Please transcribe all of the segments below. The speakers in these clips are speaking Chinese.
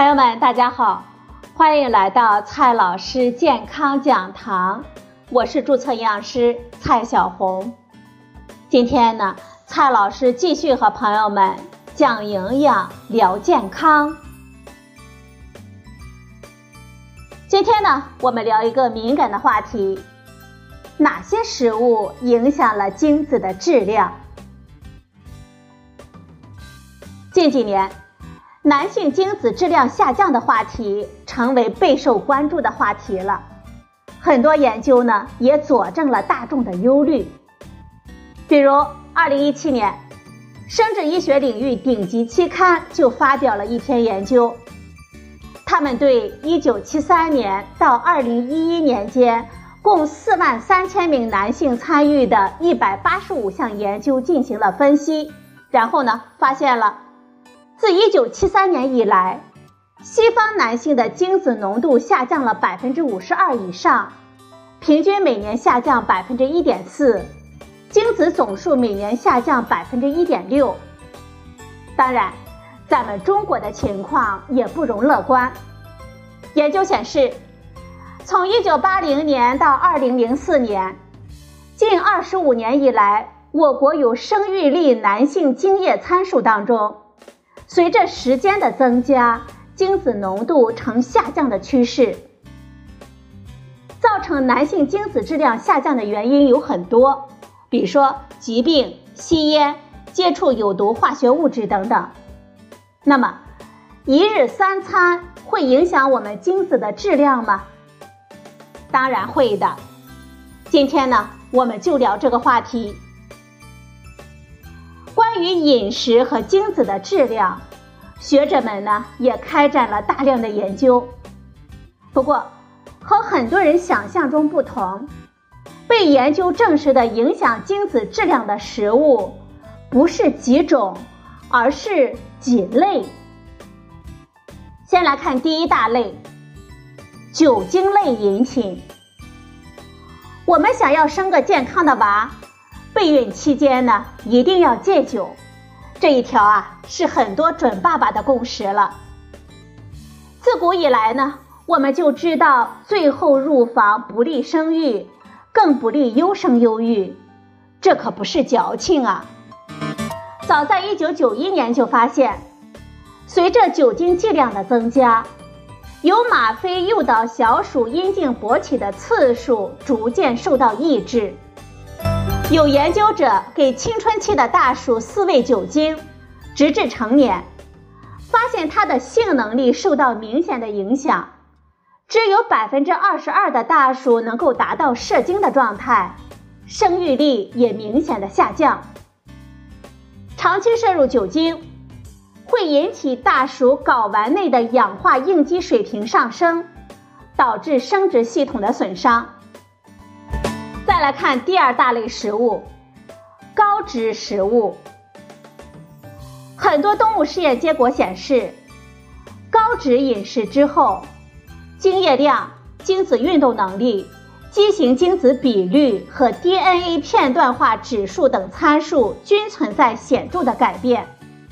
朋友们大家好，欢迎来到蔡老师健康讲堂，我是注册营养师蔡小红。今天呢，蔡老师继续和朋友们讲营养聊健康。今天呢，我们聊一个敏感的话题，哪些食物影响了精子的质量？近几年，男性精子质量下降的话题成为备受关注的话题了。很多研究呢也佐证了大众的忧虑。比如2017年，生殖医学领域顶级期刊就发表了一篇研究，他们对1973年到2011年间共43000名男性参与的185项研究进行了分析，然后呢发现了自1973年以来，西方男性的精子浓度下降了52%以上，平均每年下降1.4%，精子总数每年下降1.6%。当然，咱们中国的情况也不容乐观。研究显示，从1980年到2004年，近25年以来，我国有生育力男性精液参数当中，随着时间的增加，精子浓度呈下降的趋势。造成男性精子质量下降的原因有很多，比如说疾病、吸烟、接触有毒化学物质等等。那么，一日三餐会影响我们精子的质量吗？当然会的。今天呢，我们就聊这个话题。关于饮食和精子的质量，学者们呢也开展了大量的研究。不过，和很多人想象中不同，被研究证实的影响精子质量的食物不是几种，而是几类。先来看第一大类，酒精类饮品。我们想要生个健康的娃，备孕期间呢，一定要戒酒，这一条啊是很多准爸爸的共识了。自古以来呢，我们就知道最后入房不利生育，更不利优生优育，这可不是矫情啊。早在1991年就发现，随着酒精剂量的增加，由吗啡诱导小鼠阴茎勃起的次数逐渐受到抑制。有研究者给青春期的大鼠饲喂酒精，直至成年，发现它的性能力受到明显的影响，只有22%的大鼠能够达到射精的状态，生育力也明显的下降。长期摄入酒精会引起大鼠睾丸内的氧化应激水平上升，导致生殖系统的损伤。再来看第二大类食物，高脂食物。很多动物试验结果显示，高脂饮食之后，精液量、精子运动能力、畸形精子比率和 DNA 片段化指数等参数均存在显著的改变。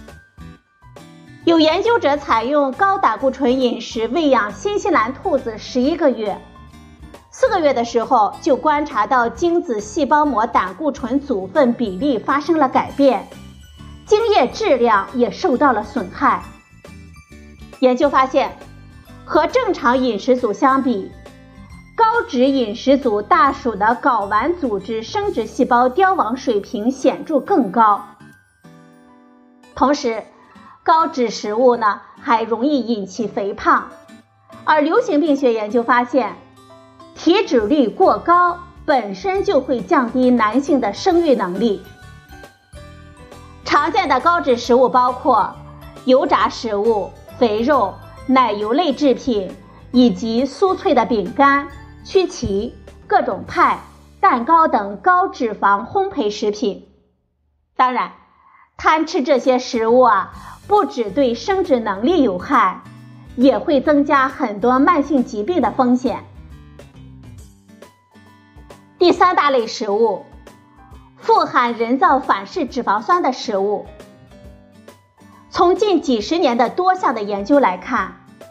有研究者采用高胆固醇饮食喂养新西兰兔子11个月，4个月的时候就观察到精子细胞膜胆固醇组分比例发生了改变，精液质量也受到了损害。研究发现，和正常饮食组相比，高脂饮食组大鼠的睾丸组织生殖细胞凋亡水平显著更高。同时，高脂食物呢还容易引起肥胖，而流行病学研究发现，体脂率过高本身就会降低男性的生育能力。常见的高脂食物包括油炸食物、肥肉、奶油类制品，以及酥脆的饼干、曲奇、各种派、蛋糕等高脂肪烘焙食品。当然，贪吃这些食物啊，不只对生殖能力有害，也会增加很多慢性疾病的风险。第三大类食物，富含人造反式脂肪酸的食物。从近几十年的多项的研究来看，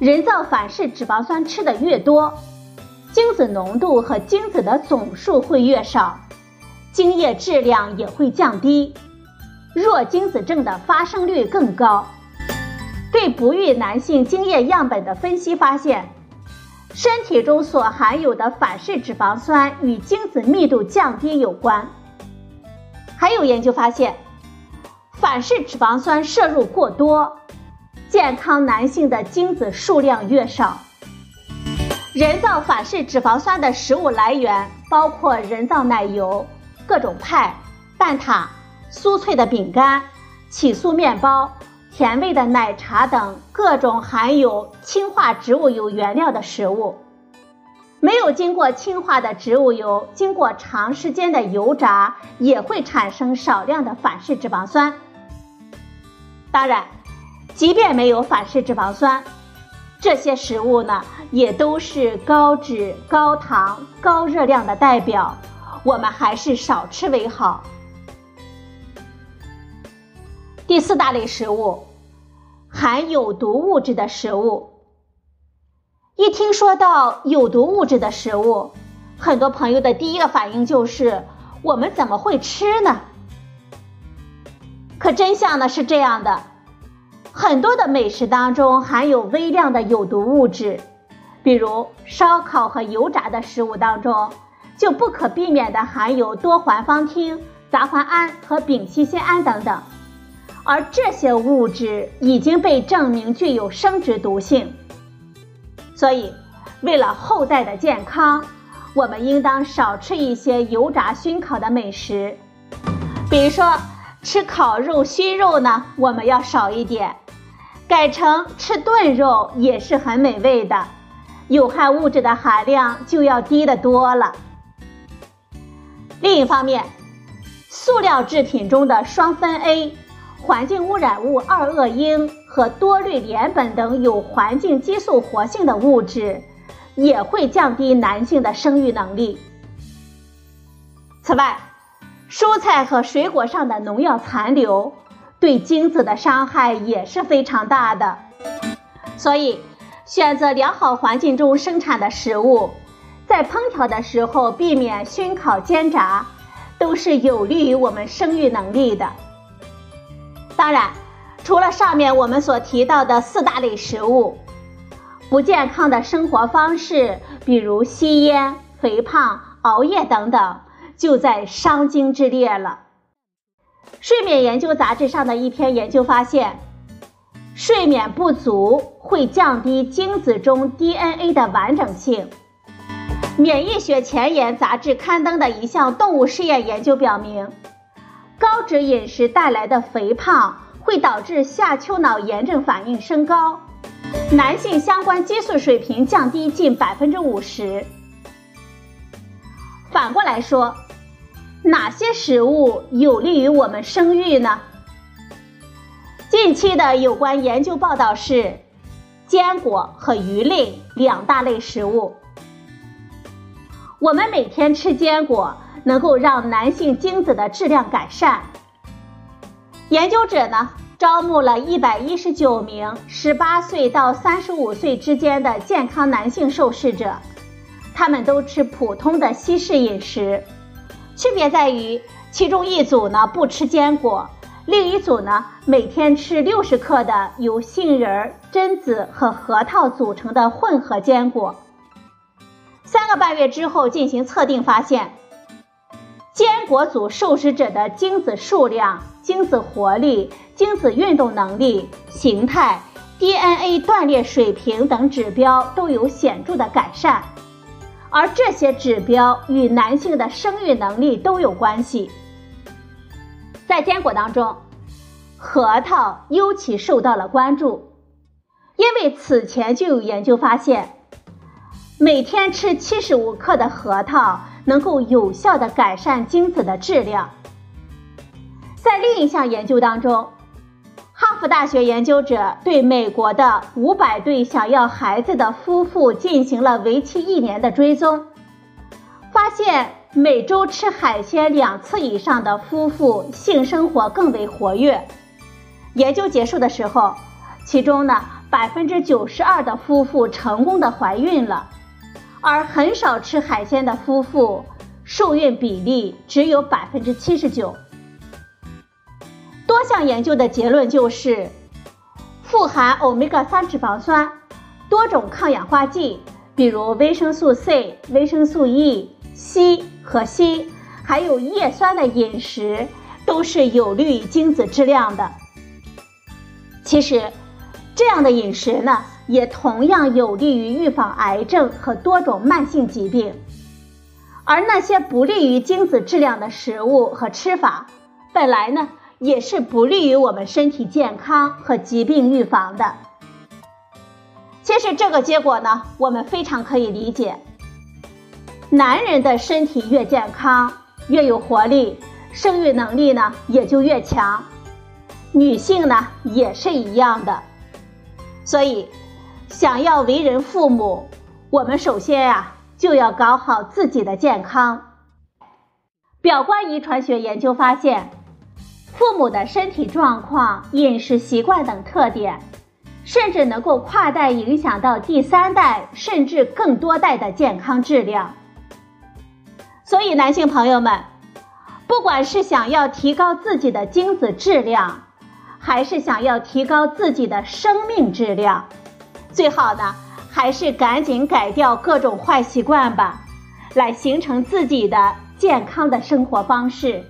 人造反式脂肪酸吃的越多，精子浓度和精子的总数会越少，精液质量也会降低，弱精子症的发生率更高。对不育男性精液样本的分析发现，身体中所含有的反式脂肪酸与精子密度降低有关。还有研究发现，反式脂肪酸摄入过多，健康男性的精子数量越少。人造反式脂肪酸的食物来源包括人造奶油、各种派、蛋挞、酥脆的饼干、起酥面包、甜味的奶茶等各种含有氢化植物油原料的食物。没有经过氢化的植物油，经过长时间的油炸，也会产生少量的反式脂肪酸。当然，即便没有反式脂肪酸，这些食物呢，也都是高脂、高糖、高热量的代表，我们还是少吃为好。第4大类食物，含有毒物质的食物。一听说到有毒物质的食物，很多朋友的第一个反应就是我们怎么会吃呢？可真相呢是这样的，很多的美食当中含有微量的有毒物质，比如烧烤和油炸的食物当中就不可避免的含有多环芳烃、杂环胺和丙烯酰胺等等，而这些物质已经被证明具有生殖毒性。所以为了后代的健康，我们应当少吃一些油炸熏烤的美食。比如说吃烤肉熏肉呢，我们要少一点，改成吃炖肉也是很美味的，有害物质的含量就要低得多了。另一方面，塑料制品中的双酚 A、环境污染物2恶英和多氯联苯等有环境激素活性的物质，也会降低男性的生育能力。此外，蔬菜和水果上的农药残留对精子的伤害也是非常大的。所以，选择良好环境中生产的食物，在烹调的时候避免熏烤煎炸，都是有利于我们生育能力的。当然，除了上面我们所提到的4大类食物，不健康的生活方式，比如吸烟、肥胖、熬夜等等，就在伤精之列了。睡眠研究杂志上的一篇研究发现，睡眠不足会降低精子中 DNA 的完整性。免疫学前沿杂志刊登的一项动物试验研究表明，高脂饮食带来的肥胖会导致下丘脑炎症反应升高，男性相关激素水平降低近 50%。 反过来说，哪些食物有利于我们生育呢？近期的有关研究报道是坚果和鱼类2大类食物。我们每天吃坚果能够让男性精子的质量改善。研究者呢，招募了119名18岁到35岁之间的健康男性受试者，他们都吃普通的西式饮食，区别在于其中一组呢不吃坚果，另一组呢每天吃60克的由杏仁、榛子和核桃组成的混合坚果。3个半月之后进行测定发现，坚果组受试者的精子数量、精子活力、精子运动能力、形态、DNA 断裂水平等指标都有显著的改善，而这些指标与男性的生育能力都有关系。在坚果当中，核桃尤其受到了关注，因为此前就有研究发现，每天吃75克的核桃能够有效地改善精子的质量。在另一项研究当中，哈佛大学研究者对美国的500对想要孩子的夫妇进行了为期1年的追踪，发现每周吃海鲜2次以上的夫妇性生活更为活跃。研究结束的时候，其中呢 92%的夫妇成功的怀孕了，而很少吃海鲜的夫妇受孕比例只有 79%。 多项研究的结论就是，富含欧米伽3脂肪酸、多种抗氧化剂，比如维生素 C、维生素 E、硒和锌，还有叶酸的饮食都是有利于精子质量的。其实这样的饮食呢，也同样有利于预防癌症和多种慢性疾病。而那些不利于精子质量的食物和吃法，本来呢也是不利于我们身体健康和疾病预防的。其实这个结果呢，我们非常可以理解。男人的身体越健康，越有活力，生育能力呢也就越强。女性呢也是一样的。所以想要为人父母，我们首先就要搞好自己的健康。表观遗传学研究发现，父母的身体状况、饮食习惯等特点，甚至能够跨代影响到第3代甚至更多代的健康质量。所以男性朋友们，不管是想要提高自己的精子质量，还是想要提高自己的生命质量，最好呢还是赶紧改掉各种坏习惯吧，来形成自己的健康的生活方式。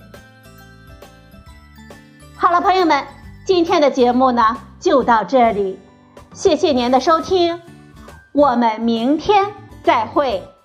好了，朋友们，今天的节目呢就到这里，谢谢您的收听，我们明天再会。